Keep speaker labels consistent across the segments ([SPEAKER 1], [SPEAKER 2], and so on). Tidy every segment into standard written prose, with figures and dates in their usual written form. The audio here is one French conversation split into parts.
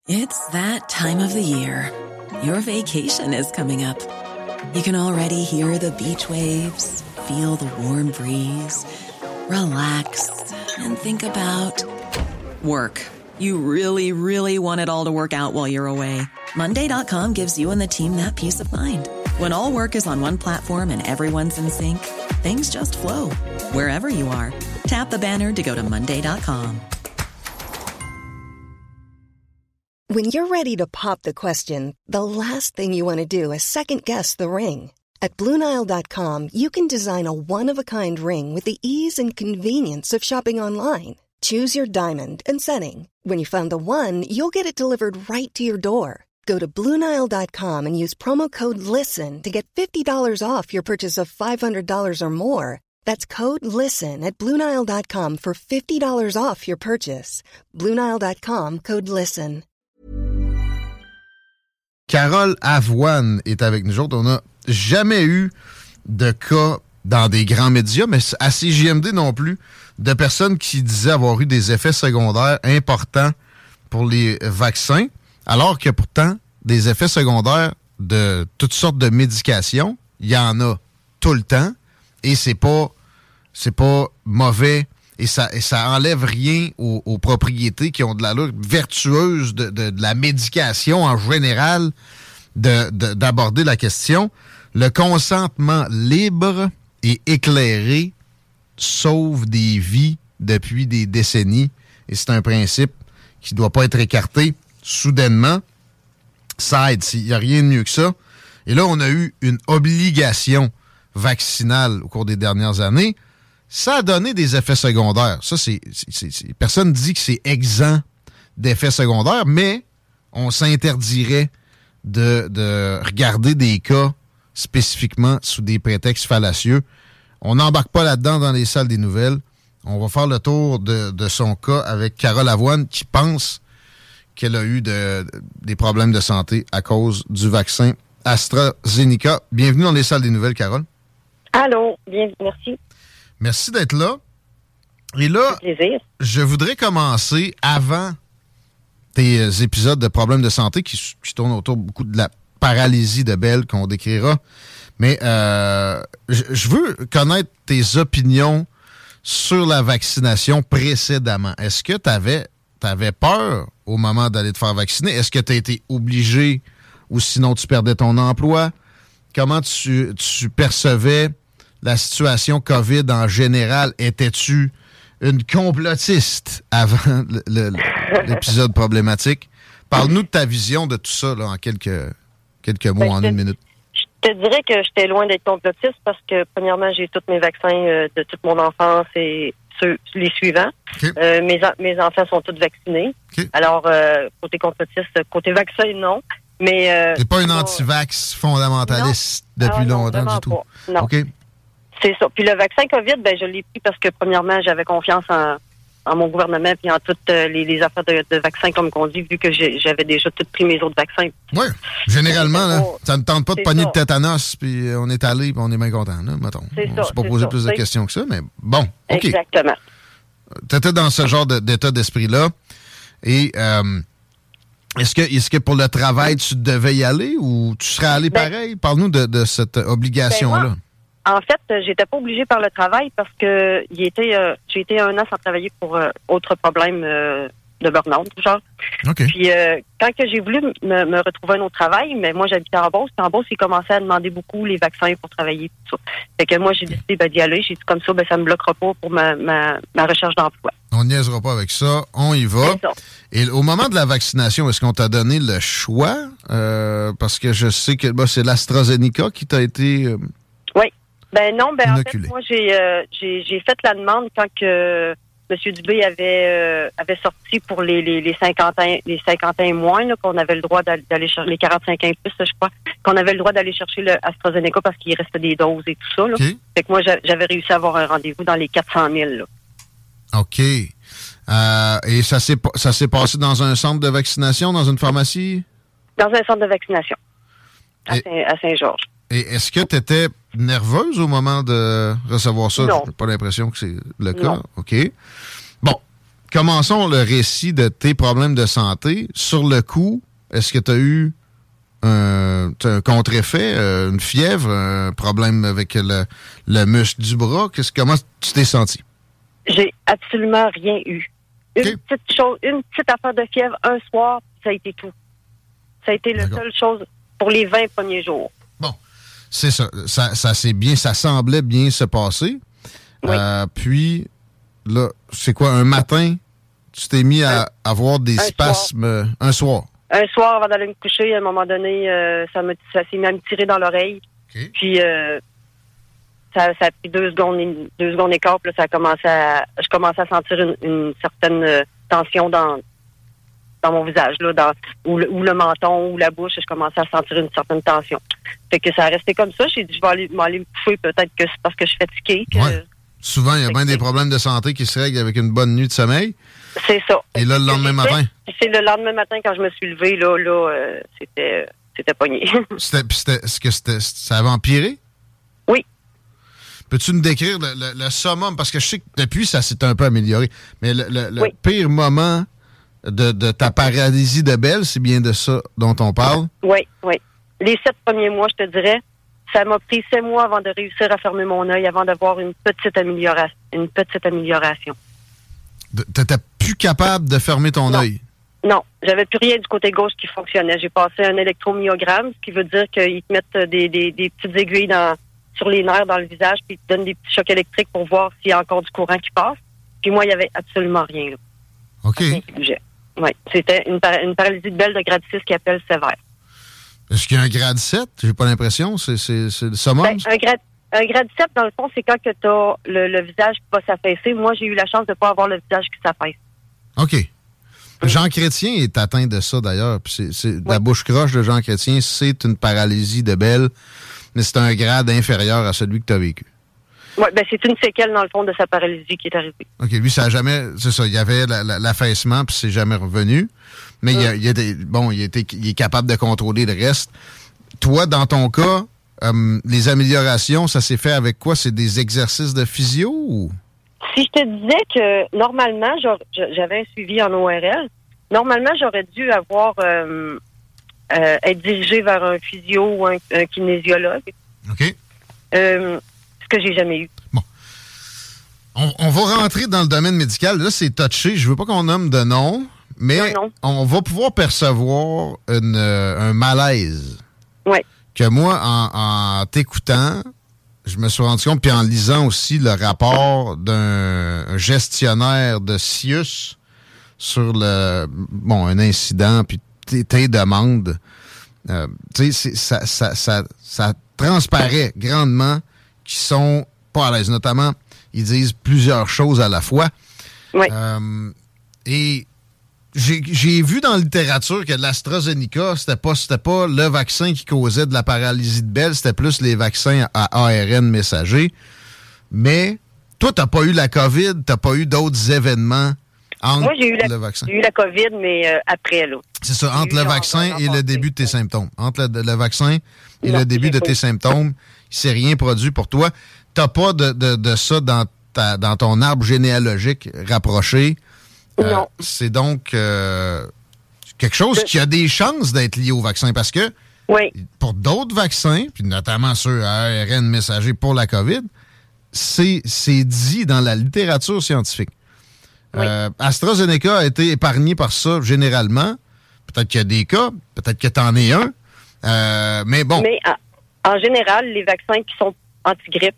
[SPEAKER 1] It's that time of the year. Your vacation is coming up. You can already hear the beach waves, feel the warm breeze, relax, and think about work. You really, really want it all to work out while you're away. Monday.com gives you and the team that peace of mind. When all work is on one platform and everyone's in sync, things just flow. Wherever you are, tap the banner to go to Monday.com.
[SPEAKER 2] When you're ready to pop the question, the last thing you want to do is second-guess the ring. At BlueNile.com, you can design a one-of-a-kind ring with the ease and convenience of shopping online. Choose your diamond and setting. When you find the one, you'll get it delivered right to your door. Go to BlueNile.com and use promo code LISTEN to get $50 off your purchase of $500 or more. That's code LISTEN at BlueNile.com for $50 off your purchase. BlueNile.com, code LISTEN.
[SPEAKER 3] Carole Avoine est avec nous autres. On n'a jamais eu de cas dans des grands médias, mais à CJMD non plus, de personnes qui disaient avoir eu des effets secondaires importants pour les vaccins, alors que pourtant, des effets secondaires de toutes sortes de médications, il y en a tout le temps, et c'est pas mauvais, et ça enlève rien aux propriétés qui ont de l'allure vertueuse de la médication en général, d'aborder la question. Le consentement libre et éclairé sauve des vies depuis des décennies, et c'est un principe qui ne doit pas être écarté soudainement. Ça aide, il n'y a rien de mieux que ça. Et là, on a eu une obligation vaccinale au cours des dernières années. Ça a donné des effets secondaires. Ça, personne ne dit que c'est exempt d'effets secondaires, mais on s'interdirait de regarder des cas spécifiquement sous des prétextes fallacieux. On n'embarque pas là-dedans dans les salles des nouvelles. On va faire le tour de son cas avec Carole Avoine, qui pense qu'elle a eu des problèmes de santé à cause du vaccin AstraZeneca. Bienvenue dans les salles des nouvelles, Carole.
[SPEAKER 4] Allô, bien, merci.
[SPEAKER 3] Merci d'être là. Et là, je voudrais commencer avant tes épisodes de problèmes de santé qui tournent autour beaucoup de la paralysie de Bell qu'on décrira. Mais je veux connaître tes opinions sur la vaccination précédemment. Est-ce que tu avais peur au moment d'aller te faire vacciner? Est-ce que tu as été obligé ou sinon tu perdais ton emploi? Comment tu percevais la situation COVID en général? Étais-tu une complotiste avant l'épisode problématique? Parle-nous de ta vision de tout ça là, en quelques mots, en une minute.
[SPEAKER 4] Je te dirais que j'étais loin d'être complotiste parce que, premièrement, j'ai tous mes vaccins de toute mon enfance et les suivants. Okay. Mes enfants sont tous vaccinés. Okay. Alors, côté complotiste, côté vaccin, non. Mais
[SPEAKER 3] t'es pas une anti-vax fondamentaliste depuis longtemps du tout.
[SPEAKER 4] Pas. Non.
[SPEAKER 3] Okay.
[SPEAKER 4] C'est ça. Puis le vaccin COVID, je l'ai pris parce que, premièrement, j'avais confiance en mon gouvernement puis en toutes les affaires de vaccins, comme qu'on dit, vu que j'avais déjà tout pris mes autres vaccins.
[SPEAKER 3] Oui, généralement, là, ça ne tente pas de pogner de tétanos, puis on est allé, puis on est bien content, là, mettons. On s'est pas posé plus de questions que ça, mais bon, OK.
[SPEAKER 4] Exactement.
[SPEAKER 3] Tu étais dans ce genre d'état d'esprit-là, et est-ce que pour le travail, tu devais y aller, ou tu serais allé pareil? Parle-nous de cette obligation-là.
[SPEAKER 4] En fait, j'étais pas obligée par le travail parce que j'ai été 1 an sans travailler pour autre problème de burn-out, genre.
[SPEAKER 3] Okay.
[SPEAKER 4] Puis quand que j'ai voulu me retrouver un autre travail, mais moi j'habitais en Beauce. En Beauce, ils commençaient à demander beaucoup les vaccins pour travailler, tout ça. Fait que moi j'ai décidé d'y aller. J'ai dit comme ça, ça me bloquera pas pour ma recherche d'emploi.
[SPEAKER 3] On niaisera pas avec ça, on y va. Et au moment de la vaccination, est-ce qu'on t'a donné le choix? Parce que je sais que c'est l'AstraZeneca qui t'a été...
[SPEAKER 4] Oui. Non, en fait, moi, j'ai fait la demande quand que M. Dubé avait sorti pour les 50 ans et moins, là, qu'on avait le droit d'aller chercher les 45 ans et plus, je crois, qu'on avait le droit d'aller chercher le AstraZeneca parce qu'il restait des doses et tout ça, là. Okay. Fait que moi, j'avais réussi à avoir un rendez-vous dans les 400 000, là.
[SPEAKER 3] OK. Et ça s'est passé dans un centre de vaccination, dans une pharmacie?
[SPEAKER 4] Dans un centre de vaccination, à Saint-Georges.
[SPEAKER 3] Et est-ce que tu étais nerveuse au moment de recevoir ça?
[SPEAKER 4] Non.
[SPEAKER 3] J'ai pas l'impression que c'est le cas.
[SPEAKER 4] Non.
[SPEAKER 3] OK. Bon. commençons le récit de tes problèmes de santé. Sur le coup, est-ce que tu as eu un contre-effet, une fièvre, un problème avec le muscle du bras? Comment tu t'es senti?
[SPEAKER 4] J'ai absolument rien eu. Une petite affaire de fièvre un soir, ça a été tout. Ça a été la seule chose pour les 20 premiers jours.
[SPEAKER 3] Bon, c'est ça. Ça semblait bien se passer. Oui. Puis, là, c'est quoi, un matin, tu t'es mis à avoir des spasmes un soir? Un soir,
[SPEAKER 4] avant d'aller me coucher, à un moment donné, ça s'est mis à me tirer dans l'oreille. Okay. Puis, ça a pris 2 secondes et quart, puis là, je commençais à sentir une certaine tension dans mon visage, là, ou le menton, ou la bouche, je commençais à sentir une certaine tension. Fait que ça a resté comme ça. J'ai dit, je vais aller me coucher, peut-être que c'est parce que je suis fatiguée.
[SPEAKER 3] Ouais. Souvent, il y a bien des problèmes de santé qui se règlent avec une bonne nuit de sommeil.
[SPEAKER 4] C'est ça.
[SPEAKER 3] Et là, le lendemain matin?
[SPEAKER 4] C'est le lendemain matin, quand je me suis levée, c'était pogné.
[SPEAKER 3] Est-ce que ça avait empiré?
[SPEAKER 4] Oui.
[SPEAKER 3] Peux-tu nous décrire le summum? Parce que je sais que depuis, ça s'est un peu amélioré. Mais le pire moment de ta paralysie de Bell, c'est bien de ça dont on parle?
[SPEAKER 4] Oui. Les 7 premiers mois, je te dirais, ça m'a pris 7 mois avant de réussir à fermer mon œil, avant d'avoir une petite amélioration.
[SPEAKER 3] T'étais plus capable de fermer ton œil?
[SPEAKER 4] Non, j'avais plus rien du côté gauche qui fonctionnait. J'ai passé un électromyogramme, ce qui veut dire qu'ils te mettent des petites aiguilles sur les nerfs dans le visage, puis ils te donnent des petits chocs électriques pour voir s'il y a encore du courant qui passe. Puis moi, il n'y avait absolument rien, là.
[SPEAKER 3] OK.
[SPEAKER 4] Rien qui bougeait. Oui, c'était une paralysie de Bell de grade 6 qui appelle sévère.
[SPEAKER 3] Est-ce qu'il y a un grade 7? J'ai pas l'impression. C'est le summum?
[SPEAKER 4] Un grade 7, dans le fond, c'est quand tu as le visage qui va s'affaisser. Moi, j'ai eu la chance de ne pas avoir le visage qui s'affaisse.
[SPEAKER 3] OK. Jean Chrétien est atteint de ça, d'ailleurs. La bouche croche de Jean Chrétien, c'est une paralysie de Bell, mais c'est un grade inférieur à celui que tu as vécu.
[SPEAKER 4] Oui, c'est une séquelle, dans le fond, de sa paralysie qui est arrivée.
[SPEAKER 3] OK, lui, ça n'a jamais... C'est ça, il y avait l'affaissement, puis c'est jamais revenu. Mais il est capable de contrôler le reste. Toi, dans ton cas, les améliorations, ça s'est fait avec quoi? C'est des exercices de physio ou...
[SPEAKER 4] Si je te disais que, normalement, j'avais un suivi en ORL, normalement, j'aurais dû avoir... être dirigé vers un physio ou un kinésiologue.
[SPEAKER 3] OK.
[SPEAKER 4] Ce que j'ai jamais eu.
[SPEAKER 3] Bon. On va rentrer dans le domaine médical. Là, c'est touché. Je veux pas qu'on nomme de nom, mais on va pouvoir percevoir un malaise.
[SPEAKER 4] Oui.
[SPEAKER 3] Que moi, en t'écoutant, je me suis rendu compte, puis en lisant aussi le rapport d'un gestionnaire de CIUS sur un incident, puis tes demandes, tu sais, ça transparaît grandement qu'ils sont pas à l'aise. Notamment, ils disent plusieurs choses à la fois.
[SPEAKER 4] Oui.
[SPEAKER 3] Et j'ai vu dans la littérature que l'AstraZeneca, c'était pas le vaccin qui causait de la paralysie de Bell, c'était plus les vaccins à ARN messager. Mais toi, t'as pas eu la COVID, t'as pas eu d'autres événements entre le vaccin.
[SPEAKER 4] J'ai eu la COVID, mais après, là.
[SPEAKER 3] C'est ça, entre le vaccin et le début de tes symptômes. Entre le vaccin et le début de tes symptômes, il s'est rien produit pour toi. T'as pas de ça dans ton arbre généalogique rapproché.
[SPEAKER 4] Non.
[SPEAKER 3] C'est donc quelque chose qui a des chances d'être lié au vaccin parce que pour d'autres vaccins, puis notamment ceux à ARN messager pour la COVID, c'est dit dans la littérature scientifique. Oui. AstraZeneca a été épargné par ça généralement. Peut-être qu'il y a des cas, peut-être que tu en es un. Mais bon.
[SPEAKER 4] Mais en général, les vaccins qui sont anti-grippe,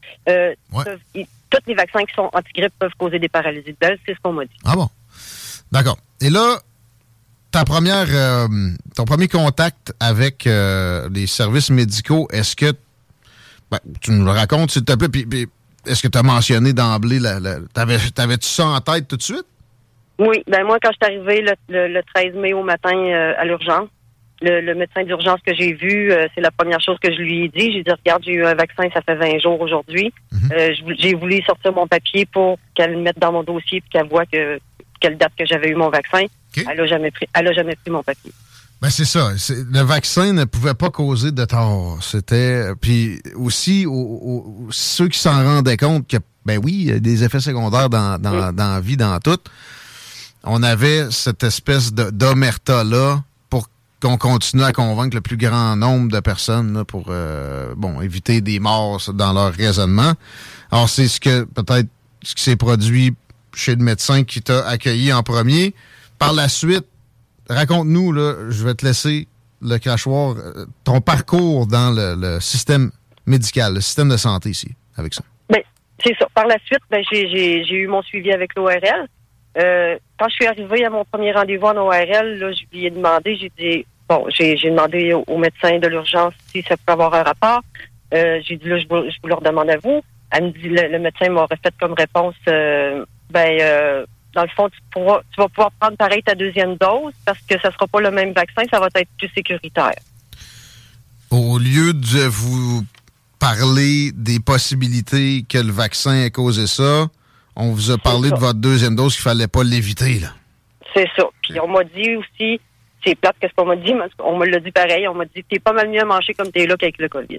[SPEAKER 4] tous les vaccins qui sont anti-grippe peuvent causer des paralysies de Bell, c'est ce qu'on m'a dit.
[SPEAKER 3] Ah bon? D'accord. Et là, ton premier contact avec les services médicaux, est-ce que tu nous le racontes, s'il te plaît, puis est-ce que tu as mentionné d'emblée, t'avais-tu ça en tête tout de suite?
[SPEAKER 4] Oui, moi, quand je suis arrivée le 13 mai au matin à l'urgence, le médecin d'urgence que j'ai vu, c'est la première chose que je lui ai dit. J'ai dit, regarde, j'ai eu un vaccin, ça fait 20 jours aujourd'hui. Mm-hmm. J'ai voulu sortir mon papier pour qu'elle le mette dans mon dossier puis qu'elle voit quelle date que j'avais eu mon vaccin. Okay. Elle a jamais pris mon papier.
[SPEAKER 3] Ben c'est ça. Le vaccin ne pouvait pas causer de tort. C'était... Puis aussi, ceux qui s'en rendaient compte que ben oui, il y a des effets secondaires dans la vie, dans tout. On avait cette espèce d'omerta-là pour qu'on continue à convaincre le plus grand nombre de personnes là, pour éviter des morts dans leur raisonnement. Alors, c'est ce qui s'est produit chez le médecin qui t'a accueilli en premier. Par la suite, raconte-nous, là, je vais te laisser le crachoir, ton parcours dans le système médical, le système de santé ici, avec ça.
[SPEAKER 4] Ben, c'est ça. Par la suite, j'ai eu mon suivi avec l'ORL. Quand je suis arrivée à mon premier rendez-vous en ORL, là, je lui ai demandé, j'ai demandé au médecin de l'urgence si ça pouvait avoir un rapport. J'ai dit, là, je vous le redemande à vous. Elle me dit, le médecin m'aurait fait comme réponse, dans le fond, tu vas pouvoir prendre pareil ta deuxième dose parce que ça sera pas le même vaccin, ça va être plus sécuritaire.
[SPEAKER 3] Au lieu de vous parler des possibilités que le vaccin ait causé ça, on vous a parlé de votre deuxième dose qu'il fallait pas l'éviter, là.
[SPEAKER 4] C'est ça. Puis on m'a dit aussi, c'est plate qu'est-ce qu'on m'a dit, mais on me l'a dit pareil, on m'a dit, t'es pas mal mieux à manger comme t'es là qu'avec le COVID.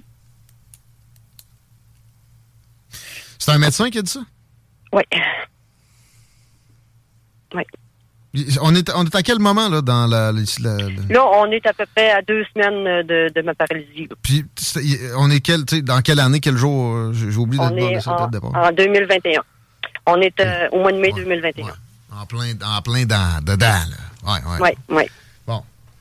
[SPEAKER 3] C'est un médecin qui a dit ça?
[SPEAKER 4] Oui. Oui.
[SPEAKER 3] On est à quel moment, là, dans la...
[SPEAKER 4] Là, on est à peu près à 2 semaines de ma paralysie. Là.
[SPEAKER 3] Puis, on est dans quelle année, quel jour? J'ai oublié de demander ça date de départ.
[SPEAKER 4] En 2021. On est au mois de mai 2021.
[SPEAKER 3] Ouais. En plein dedans, là.
[SPEAKER 4] Oui.
[SPEAKER 3] Bon.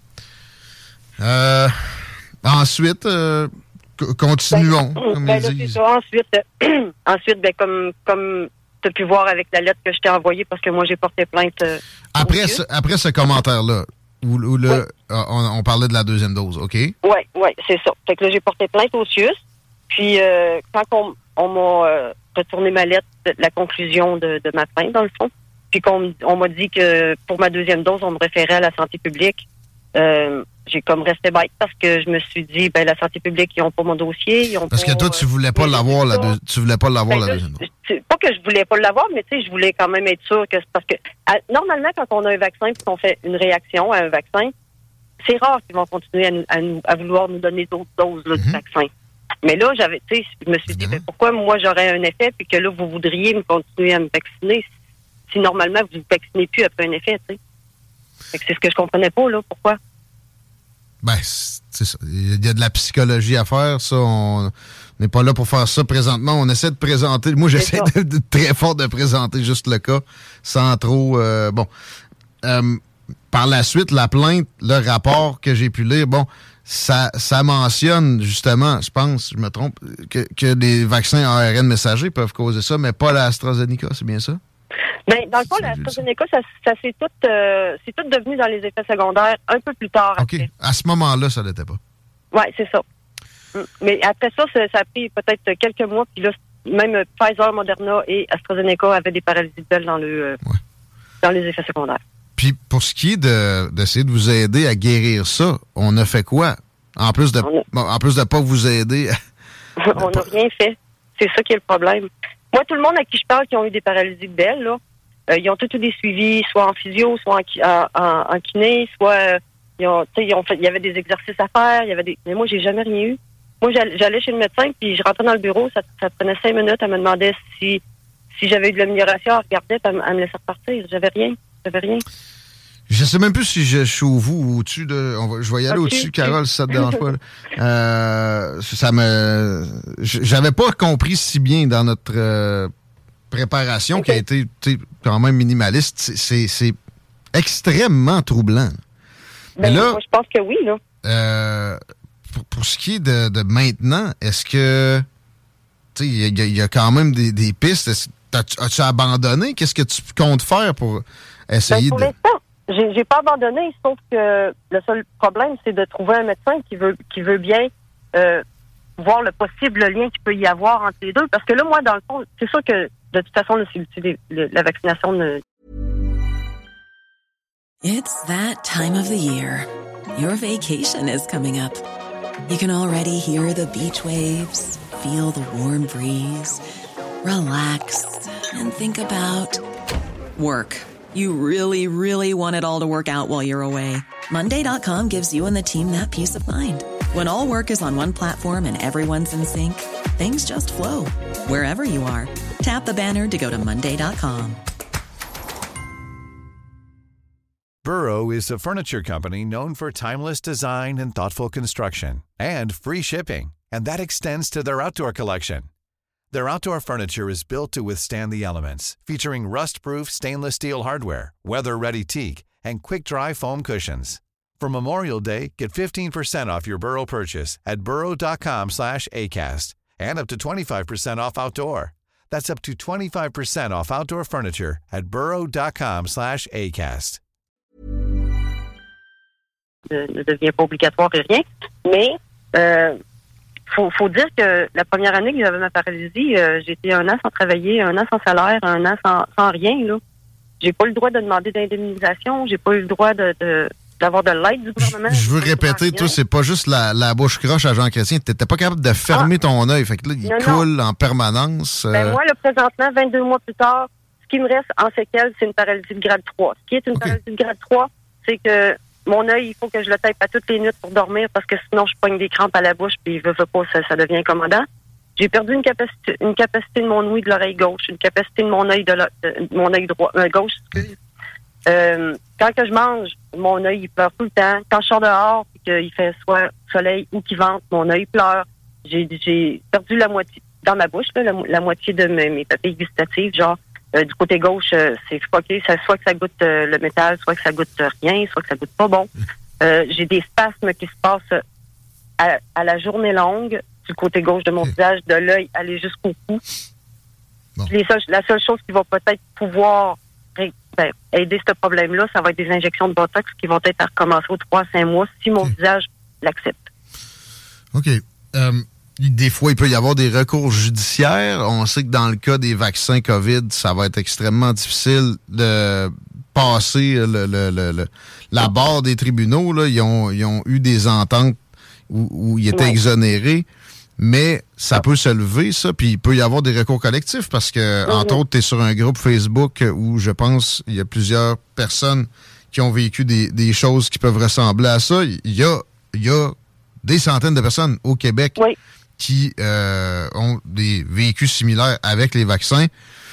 [SPEAKER 3] Ensuite, continuons, comme ils disent.
[SPEAKER 4] Ensuite, comme tu as pu voir avec la lettre que je t'ai envoyée, parce que moi, j'ai porté plainte.
[SPEAKER 3] Après ce commentaire-là, où là, on parlait de la deuxième dose, OK?
[SPEAKER 4] Oui, c'est ça. Fait que là, j'ai porté plainte au CIUS. Puis, quand on m'a retourné ma lettre, la conclusion de ma plainte, dans le fond, puis on m'a dit que pour ma deuxième dose, on me référait à la santé publique, j'ai comme resté bête parce que je me suis dit, la santé publique, ils n'ont pas mon dossier.
[SPEAKER 3] Parce que toi, tu voulais pas l'avoir, la deuxième dose.
[SPEAKER 4] Pas que je voulais pas l'avoir, mais tu sais, je voulais quand même être sûre que c'est parce que normalement, quand on a un vaccin et qu'on fait une réaction à un vaccin, c'est rare qu'ils vont continuer à vouloir nous donner d'autres doses là, du vaccin. Mais là, je me suis dit, pourquoi moi j'aurais un effet puis que là, vous voudriez me continuer à me vacciner si normalement vous ne vous vaccinez plus après un effet, tu sais. Fait que c'est ce que je comprenais pas, là. Pourquoi?
[SPEAKER 3] Ben, c'est ça. Il y a de la psychologie à faire, ça. On n'est pas là pour faire ça présentement. On essaie de présenter. Moi, j'essaie de très fort de présenter juste le cas, sans trop. Par la suite, la plainte, le rapport que j'ai pu lire, ça mentionne justement, je pense, je me trompe, que les vaccins ARN messagers peuvent causer ça, mais pas l'AstraZeneca, c'est bien ça?
[SPEAKER 4] Ben, dans le fond, l'AstraZeneca, ça c'est tout devenu dans les effets secondaires un peu plus tard.
[SPEAKER 3] OK. Après. À ce moment-là, ça l'était pas.
[SPEAKER 4] Oui, c'est ça. Mais après ça a pris peut-être quelques mois, puis là, même Pfizer, Moderna et AstraZeneca avaient des paralysies de belle dans les effets secondaires. Puis
[SPEAKER 3] pour ce qui est d'essayer de vous aider à guérir ça, on a fait quoi? En plus de pas vous aider.
[SPEAKER 4] On n'a rien fait. C'est ça qui est le problème. Moi, tout le monde à qui je parle qui ont eu des paralysies de belle, là, ils ont tous eu des suivis, soit en physio, soit en kiné, soit il y avait des exercices à faire, mais moi, j'ai jamais rien eu. Moi, j'allais chez le médecin, puis je rentrais dans le bureau, ça prenait 5 minutes, elle me demandait si j'avais eu de l'amélioration, elle regardait, elle me laissait repartir. J'avais rien.
[SPEAKER 3] Je sais même plus si je suis au vous ou au-dessus de. Je vais y aller au-dessus, Carole, si ça te dérange pas. J'avais pas compris si bien dans notre préparation qui a été quand même minimaliste. C'est extrêmement troublant.
[SPEAKER 4] Mais là, moi, je pense que oui, là.
[SPEAKER 3] Pour ce qui est de maintenant, est-ce que il y a quand même des pistes? As-tu abandonné? Qu'est-ce que tu comptes faire pour essayer
[SPEAKER 4] pour l'instant, j'ai pas abandonné, sauf que le seul problème, c'est de trouver un médecin qui veut bien voir le possible lien qu'il peut y avoir entre les deux. Parce que là, moi, dans le fond, c'est sûr que de toute façon, la vaccination ne...
[SPEAKER 1] It's that time of the year. Your vacation is coming up. You can already hear the beach waves, feel the warm breeze, relax, and think about work. You really, really want it all to work out while you're away. Monday.com gives you and the team that peace of mind. When all work is on one platform and everyone's in sync, things just flow wherever you are. Tap the banner to go to Monday.com.
[SPEAKER 5] Burrow is a furniture company known for timeless design and thoughtful construction, and free shipping, and that extends to their outdoor collection. Their outdoor furniture is built to withstand the elements, featuring rust-proof stainless steel hardware, weather-ready teak, and quick-dry foam cushions. For Memorial Day, get 15% off your Burrow purchase at burrow.com/ACAST and up to 25% off outdoor. That's up to 25% off outdoor furniture at burrow.com/ACAST.
[SPEAKER 4] Ne devient pas obligatoire et rien. Mais faut dire que la première année que j'avais ma paralysie, j'ai été 1 an sans travailler, 1 an sans salaire, 1 an sans rien. Là. J'ai pas eu le droit de demander d'indemnisation, j'ai pas eu le droit d'avoir de l'aide du gouvernement.
[SPEAKER 3] Je veux répéter, toi, c'est pas juste la bouche croche à Jean Chrétien. T'étais pas capable de fermer ton œil. Fait que là, il coule en permanence.
[SPEAKER 4] Moi, là, présentement, 22 mois plus tard, ce qui me reste en séquelles, c'est une paralysie de grade 3. Ce qui est une paralysie de grade 3, c'est que mon œil, il faut que je le tape à toutes les nuits pour dormir parce que sinon, je pogne des crampes à la bouche puis veut pas, ça devient incommodant. J'ai perdu une capacité de mon ouïe de l'oreille gauche, une capacité de mon œil mon œil droit, gauche, excuse. Quand que je mange, mon œil, il pleure tout le temps. Quand je sors dehors et qu'il fait soit soleil ou qu'il vente, mon œil pleure. J'ai perdu la moitié, dans ma bouche, là, la moitié de mes papilles gustatives, genre, du côté gauche, c'est fucké. Soit que ça goûte le métal, soit que ça goûte rien, soit que ça goûte pas bon. J'ai des spasmes qui se passent à la journée longue, du côté gauche de mon visage, de l'œil aller jusqu'au cou. Bon. La seule chose qui va peut-être pouvoir aider ce problème-là, ça va être des injections de Botox qui vont être à recommencer aux 3 à 5 mois si mon visage l'accepte.
[SPEAKER 3] OK. Des fois, il peut y avoir des recours judiciaires. On sait que dans le cas des vaccins COVID, ça va être extrêmement difficile de passer la barre des tribunaux. Là. Ils ont eu des ententes où ils étaient exonérés. Mais ça peut se lever, ça, puis il peut y avoir des recours collectifs parce que, entre autres, tu es sur un groupe Facebook où je pense il y a plusieurs personnes qui ont vécu des choses qui peuvent ressembler à ça. Il y a des centaines de personnes au Québec qui ont des vécus similaires avec les vaccins.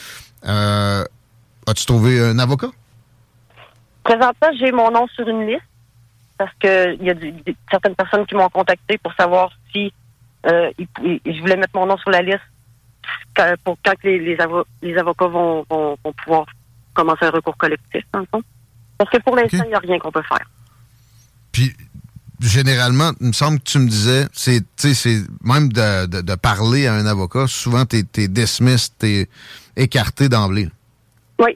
[SPEAKER 3] As-tu trouvé un avocat?
[SPEAKER 4] Présentement, j'ai mon nom sur une liste parce que il y a certaines personnes qui m'ont contacté pour savoir si je voulais mettre mon nom sur la liste pour quand les avocats vont pouvoir commencer un recours collectif, dans le fond. Parce que pour l'instant, il n'y a rien qu'on peut faire.
[SPEAKER 3] Puis, généralement, il me semble que tu me disais, c'est même de parler à un avocat, souvent, t'es dismissed, t'es écarté d'emblée.
[SPEAKER 4] Oui.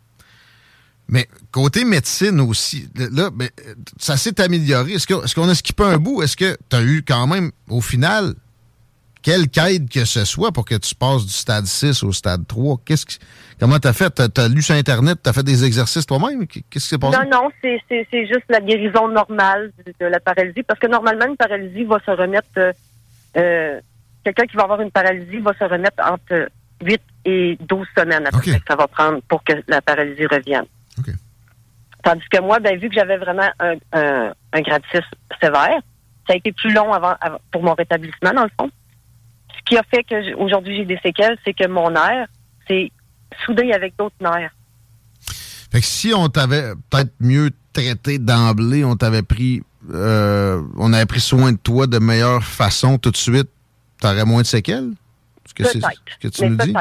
[SPEAKER 3] Mais côté médecine aussi, là, ça s'est amélioré. Est-ce qu'on a skippé un bout? Est-ce que tu as eu quand même, au final, quelque aide que ce soit pour que tu passes du stade 6 au stade 3? Comment tu as fait? Tu as lu sur Internet? Tu as fait des exercices toi-même? Qu'est-ce qui s'est passé?
[SPEAKER 4] Non, c'est juste la guérison normale de la paralysie. Parce que normalement, une paralysie va se remettre... quelqu'un qui va avoir une paralysie va se remettre entre 8 et 12 semaines après que ça va prendre pour que la paralysie revienne.
[SPEAKER 3] Okay.
[SPEAKER 4] Tandis que moi, vu que j'avais vraiment un grade 6 sévère, ça a été plus long avant pour mon rétablissement, dans le fond. Ce qui a fait que aujourd'hui j'ai des séquelles, c'est que mon nerf s'est soudé avec d'autres nerfs.
[SPEAKER 3] Fait que si on t'avait peut-être mieux traité d'emblée, on avait pris soin de toi de meilleure façon tout de suite, t'aurais moins de séquelles?
[SPEAKER 4] Peut-être.
[SPEAKER 3] C'est ce que tu nous dis?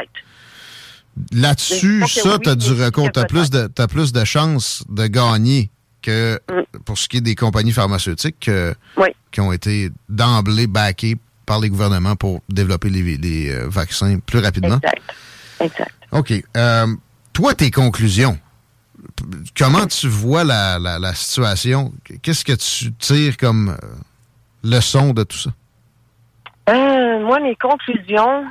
[SPEAKER 3] Là-dessus, ça, tu as du recours. Tu as plus de chances de gagner que pour ce qui est des compagnies pharmaceutiques qui ont été d'emblée backées par les gouvernements pour développer les vaccins plus rapidement.
[SPEAKER 4] Exact.
[SPEAKER 3] OK. Toi, tes conclusions. Comment tu vois la situation? Qu'est-ce que tu tires comme leçon de tout ça?
[SPEAKER 4] Moi, mes conclusions...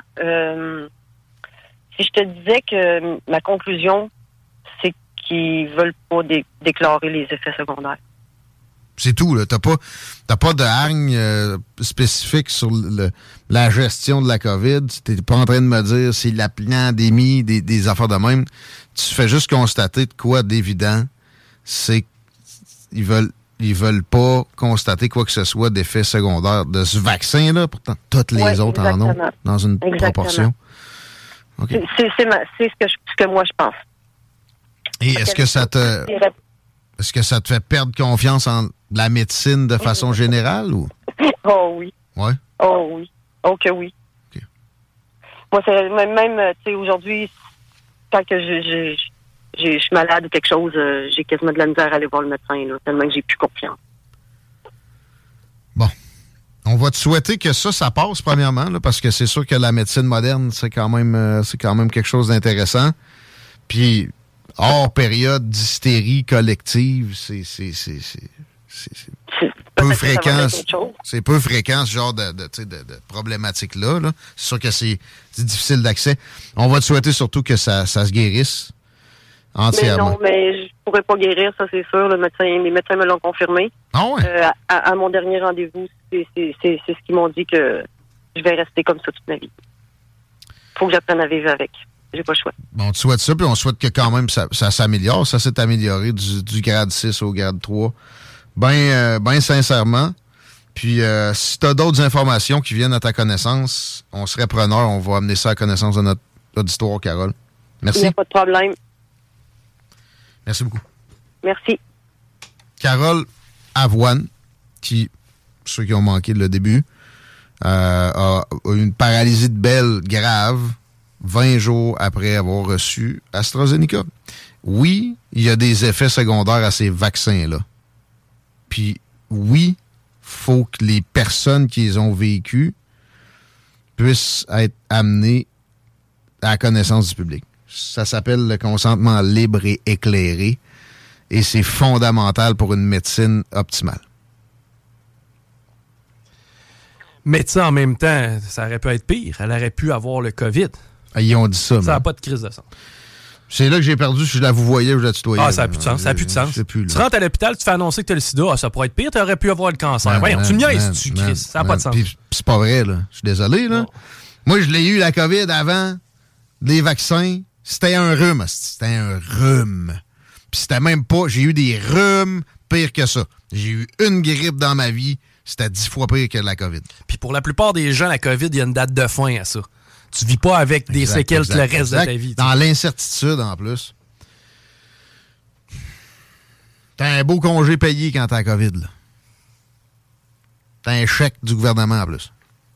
[SPEAKER 4] Si je te disais que ma conclusion, c'est qu'ils veulent pas déclarer les effets secondaires.
[SPEAKER 3] C'est tout, là. T'as pas de hargne spécifique sur la gestion de la COVID. T'es pas en train de me dire c'est la pandémie, des affaires de même. Tu fais juste constater de quoi d'évident, c'est qu'ils veulent pas constater quoi que ce soit d'effets secondaires de ce vaccin-là. Pourtant, toutes les autres en ont dans une proportion. Okay.
[SPEAKER 4] C'est ce que moi je pense.
[SPEAKER 3] Et est-ce que ça te fait perdre confiance en la médecine de façon générale ou?
[SPEAKER 4] Oh oui.
[SPEAKER 3] Ouais.
[SPEAKER 4] Oh oui. Oh que oui.
[SPEAKER 3] Okay.
[SPEAKER 4] Moi, c'est même tu sais, aujourd'hui, quand que je suis malade ou quelque chose, j'ai quasiment de la misère à aller voir le médecin, là, tellement que j'ai plus confiance.
[SPEAKER 3] Bon. On va te souhaiter que ça passe, premièrement, là, parce que c'est sûr que la médecine moderne, c'est quand même quelque chose d'intéressant. Puis, hors période d'hystérie collective, c'est peu fréquent. C'est peu fréquent, ce genre de problématique-là. Là. C'est sûr que c'est difficile d'accès. On va te souhaiter surtout que ça se guérisse entièrement.
[SPEAKER 4] Mais je pourrais pas guérir, ça c'est sûr. Les médecins me l'ont confirmé.
[SPEAKER 3] Ah ouais?
[SPEAKER 4] À mon dernier rendez-vous, c'est ce qu'ils m'ont dit, que je vais rester comme ça toute ma vie. Faut que j'apprenne à vivre avec. J'ai pas le choix.
[SPEAKER 3] Bon, on te souhaite ça, puis on souhaite que quand même ça s'améliore. Ça s'est amélioré du grade 6 au grade 3. Ben sincèrement. Puis si tu as d'autres informations qui viennent à ta connaissance, on serait preneur. On va amener ça à la connaissance de notre auditoire, Carole. Merci.
[SPEAKER 4] Il n'y a pas de problème.
[SPEAKER 3] Merci beaucoup.
[SPEAKER 4] Merci.
[SPEAKER 3] Carole Avoine, qui, ceux qui ont manqué le début, a une paralysie de belle grave 20 jours après avoir reçu AstraZeneca. Oui, il y a des effets secondaires à ces vaccins-là. Puis oui, faut que les personnes qui les ont vécus puissent être amenées à la connaissance du public. Ça s'appelle le consentement libre et éclairé et c'est fondamental pour une médecine optimale.
[SPEAKER 6] Mais tu sais, en même temps, ça aurait pu être pire. Elle aurait pu avoir le COVID.
[SPEAKER 3] Ah, ils ont dit ça.
[SPEAKER 6] Ça n'a pas de crise de sang.
[SPEAKER 3] C'est là que j'ai perdu, si je la vous voyais ou je la tutoyais.
[SPEAKER 6] Ah, ça n'a plus de sens. Ça n'a plus de sens.
[SPEAKER 3] Plus,
[SPEAKER 6] tu rentres à l'hôpital, tu te fais annoncer que tu as le sida. Ah, ça pourrait être pire, tu aurais pu avoir le cancer. Voyons, tu me niaises, tu Chris. Ça n'a pas de sens.
[SPEAKER 3] Puis c'est pas vrai, là. Je suis désolé, là. Oh. Moi, je l'ai eu, la COVID, avant les vaccins. C'était un rhume. C'était un rhume. Puis c'était même pas... J'ai eu des rhumes pire que ça. J'ai eu une grippe dans ma vie. C'était 10 fois pire que la COVID.
[SPEAKER 6] Puis pour la plupart des gens, la COVID, il y a une date de fin à ça. Tu vis pas avec des séquelles le reste de ta vie.
[SPEAKER 3] Dans l'incertitude, en plus. T'as un beau congé payé quand t'as la COVID, là. T'as un chèque du gouvernement, en plus.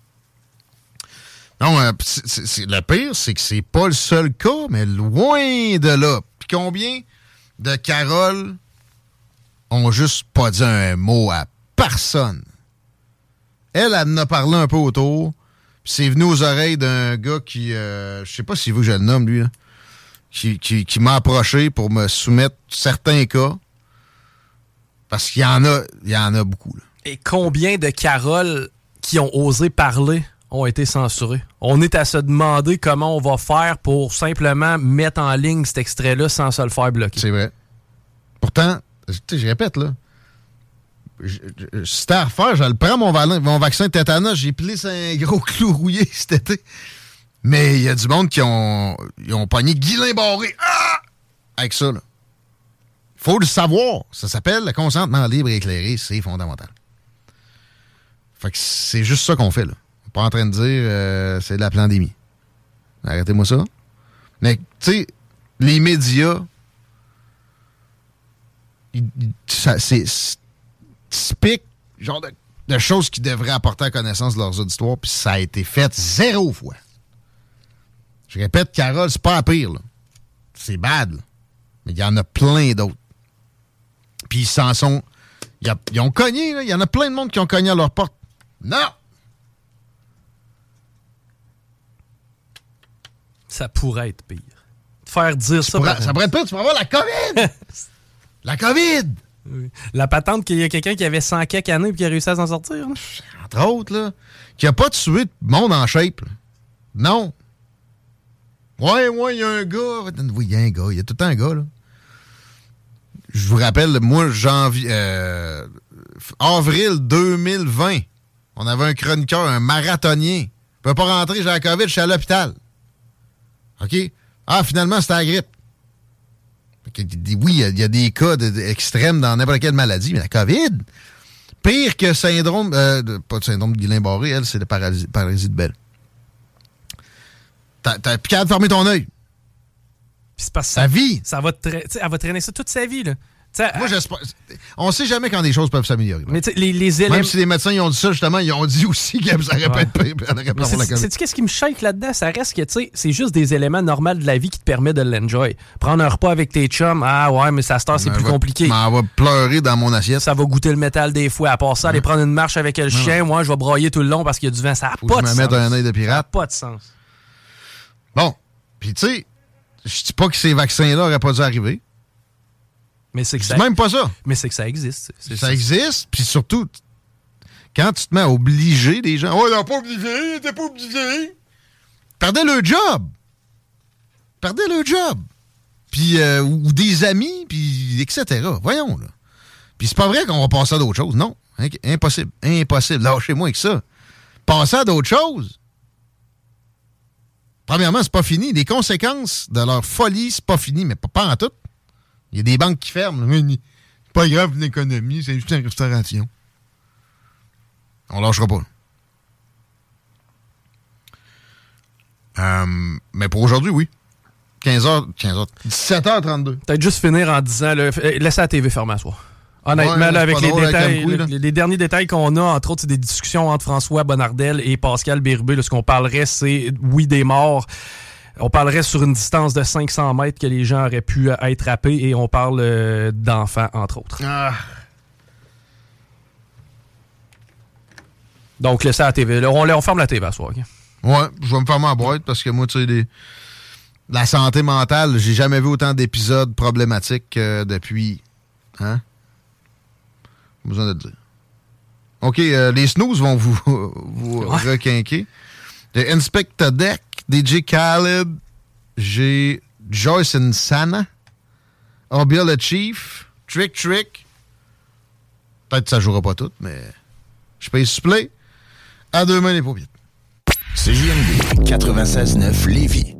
[SPEAKER 3] Non, le pire, c'est que c'est pas le seul cas, mais loin de là. Puis combien de Carole ont juste pas dit un mot à personne? Elle en a parlé un peu autour. Puis c'est venu aux oreilles d'un gars qui... je sais pas s'il veut que je le nomme, lui, là, qui m'a approché pour me soumettre certains cas. Parce qu'il y en a beaucoup. Là.
[SPEAKER 6] Et combien de Carole qui ont osé parler ont été censurés? On est à se demander comment on va faire pour simplement mettre en ligne cet extrait-là sans se le faire bloquer.
[SPEAKER 3] C'est vrai. Pourtant, je répète, là, si c'était à refaire, je le prends, mon vaccin de tétanos, j'ai plissé un gros clou rouillé cet été. Mais il y a du monde qui ont pogné Guylain Barré avec ça, là. Faut le savoir. Ça s'appelle le consentement libre et éclairé. C'est fondamental. Fait que c'est juste ça qu'on fait, là. On n'est pas en train de dire c'est de la pandémie. Arrêtez-moi ça. Mais, tu sais, les médias, c'est typique genre de choses qui devraient apporter à connaissance de leurs auditoires, puis ça a été fait 0 fois. Je répète, Carole, c'est pas à pire, là. C'est bad, là. Mais il y en a plein d'autres. Puis ils s'en sont... Ils ont cogné, là. Il y en a plein de monde qui ont cogné à leur porte. Non!
[SPEAKER 6] Ça pourrait être pire. Faire dire ça...
[SPEAKER 3] Ça pourrait être pire, tu pourrais avoir la COVID! La COVID!
[SPEAKER 6] Oui. La patente qu'il y a quelqu'un qui avait 100 quelques années et qui a réussi à s'en sortir. Là.
[SPEAKER 3] Entre autres, là. Qui a pas tué de monde en shape. Là. Non. Ouais, il y a un gars. Oui, il y a un gars. Il y a tout le temps un gars, là. Je vous rappelle, moi, avril 2020, on avait un chroniqueur, un marathonien. Il ne peut pas rentrer, j'ai la COVID, je suis à l'hôpital. OK? Ah, finalement, c'était la grippe. Oui, il y a des cas extrêmes dans n'importe quelle maladie, mais la COVID, pire que syndrome... pas de syndrome de Guylain-Barré, elle, c'est le paralysie de Bell. T'as plus capable de fermer ton œil.
[SPEAKER 6] Puis c'est parce que
[SPEAKER 3] sa vie.
[SPEAKER 6] Elle va traîner ça toute sa vie, là.
[SPEAKER 3] Moi, j'espère. On sait jamais quand des choses peuvent s'améliorer.
[SPEAKER 6] Mais les éléments...
[SPEAKER 3] Même si les médecins ils ont dit ça, justement, ils ont dit aussi que ça aurait pu être...
[SPEAKER 6] Sais-tu qu'est-ce qui me shake là-dedans? Ça reste que, tu sais, c'est juste des éléments normaux de la vie qui te permettent de l'enjoy. Prendre un repas avec tes chums, ah ouais, mais ça c'est plus compliqué.
[SPEAKER 3] On va pleurer dans mon assiette.
[SPEAKER 6] Ça va goûter le métal des fois. À part ça, aller prendre une marche avec le chien, moi, je vais broyer tout le long parce qu'il y a du vent. Ça n'a pas de sens.
[SPEAKER 3] Je vais mettre un œil de pirate.
[SPEAKER 6] Ça n'a pas de sens.
[SPEAKER 3] Bon, puis tu sais, je dis pas que ces vaccins-là n'auraient pas dû arriver.
[SPEAKER 6] Mais c'est que
[SPEAKER 3] ça... même pas ça.
[SPEAKER 6] Mais c'est que ça existe.
[SPEAKER 3] Ça existe, puis surtout, quand tu te mets à obliger les gens... Oh, t'es pas obligé. Perdez le job. Puis, ou des amis, puis etc. Voyons, là. Puis c'est pas vrai qu'on va passer à d'autres choses. Non, impossible. Lâchez-moi avec ça. Passer à d'autres choses. Premièrement, c'est pas fini. Les conséquences de leur folie, c'est pas fini, mais pas en tout. Il y a des banques qui ferment. C'est pas grave pour l'économie, c'est juste une restauration. On lâchera pas. Mais pour aujourd'hui, oui. 15h, 17h32.
[SPEAKER 6] Peut-être juste finir en disant, laissez la TV fermée à soir. Honnêtement, là, avec les détails, les derniers détails qu'on a, entre autres, c'est des discussions entre François Bonnardel et Pascal Bérubé. Là, ce qu'on parlerait, c'est, oui, des morts. On parlerait sur une distance de 500 mètres que les gens auraient pu être happés et on parle d'enfants, entre autres. Donc, laissez la TV. Là, on ferme la TV à soir. Okay?
[SPEAKER 3] Ouais, je vais me fermer la boîte parce que moi, tu sais, la santé mentale, j'ai jamais vu autant d'épisodes problématiques depuis... Hein? Pas besoin de le dire. OK, les snooze vont vous requinquer. The Inspector Deck, DJ Khaled, j'ai Joyce and Sana, Obia le Chief, Trick. Peut-être que ça jouera pas tout, mais je paye supplé. À deux mains les paupières.
[SPEAKER 7] CJMD 96.9 Lévis.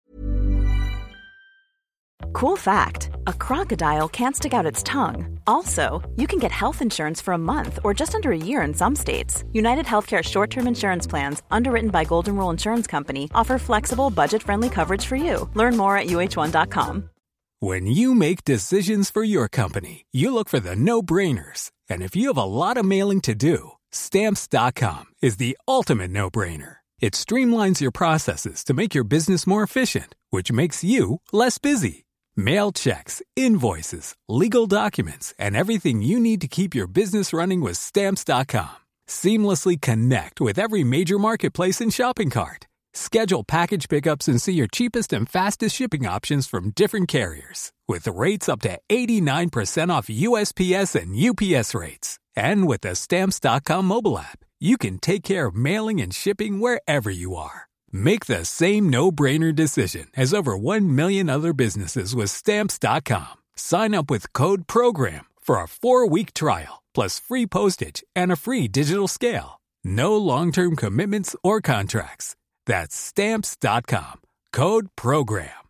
[SPEAKER 8] Cool fact, a crocodile can't stick out its tongue. Also, you can get health insurance for a month or just under a year in some states. United Healthcare short-term insurance plans, underwritten by Golden Rule Insurance Company, offer flexible, budget-friendly coverage for you. Learn more at uh1.com.
[SPEAKER 9] When you make decisions for your company, you look for the no-brainers. And if you have a lot of mailing to do, Stamps.com is the ultimate no-brainer. It streamlines your processes to make your business more efficient, which makes you less busy. Mail checks, invoices, legal documents, and everything you need to keep your business running with Stamps.com. Seamlessly connect with every major marketplace and shopping cart. Schedule package pickups and see your cheapest and fastest shipping options from different carriers. With rates up to 89% off USPS and UPS rates. And with the Stamps.com mobile app, you can take care of mailing and shipping wherever you are. Make the same no-brainer decision as over 1 million other businesses with Stamps.com. Sign up with code PROGRAM for a 4-week trial, plus free postage and a free digital scale. No long-term commitments or contracts. That's Stamps.com. Code PROGRAM.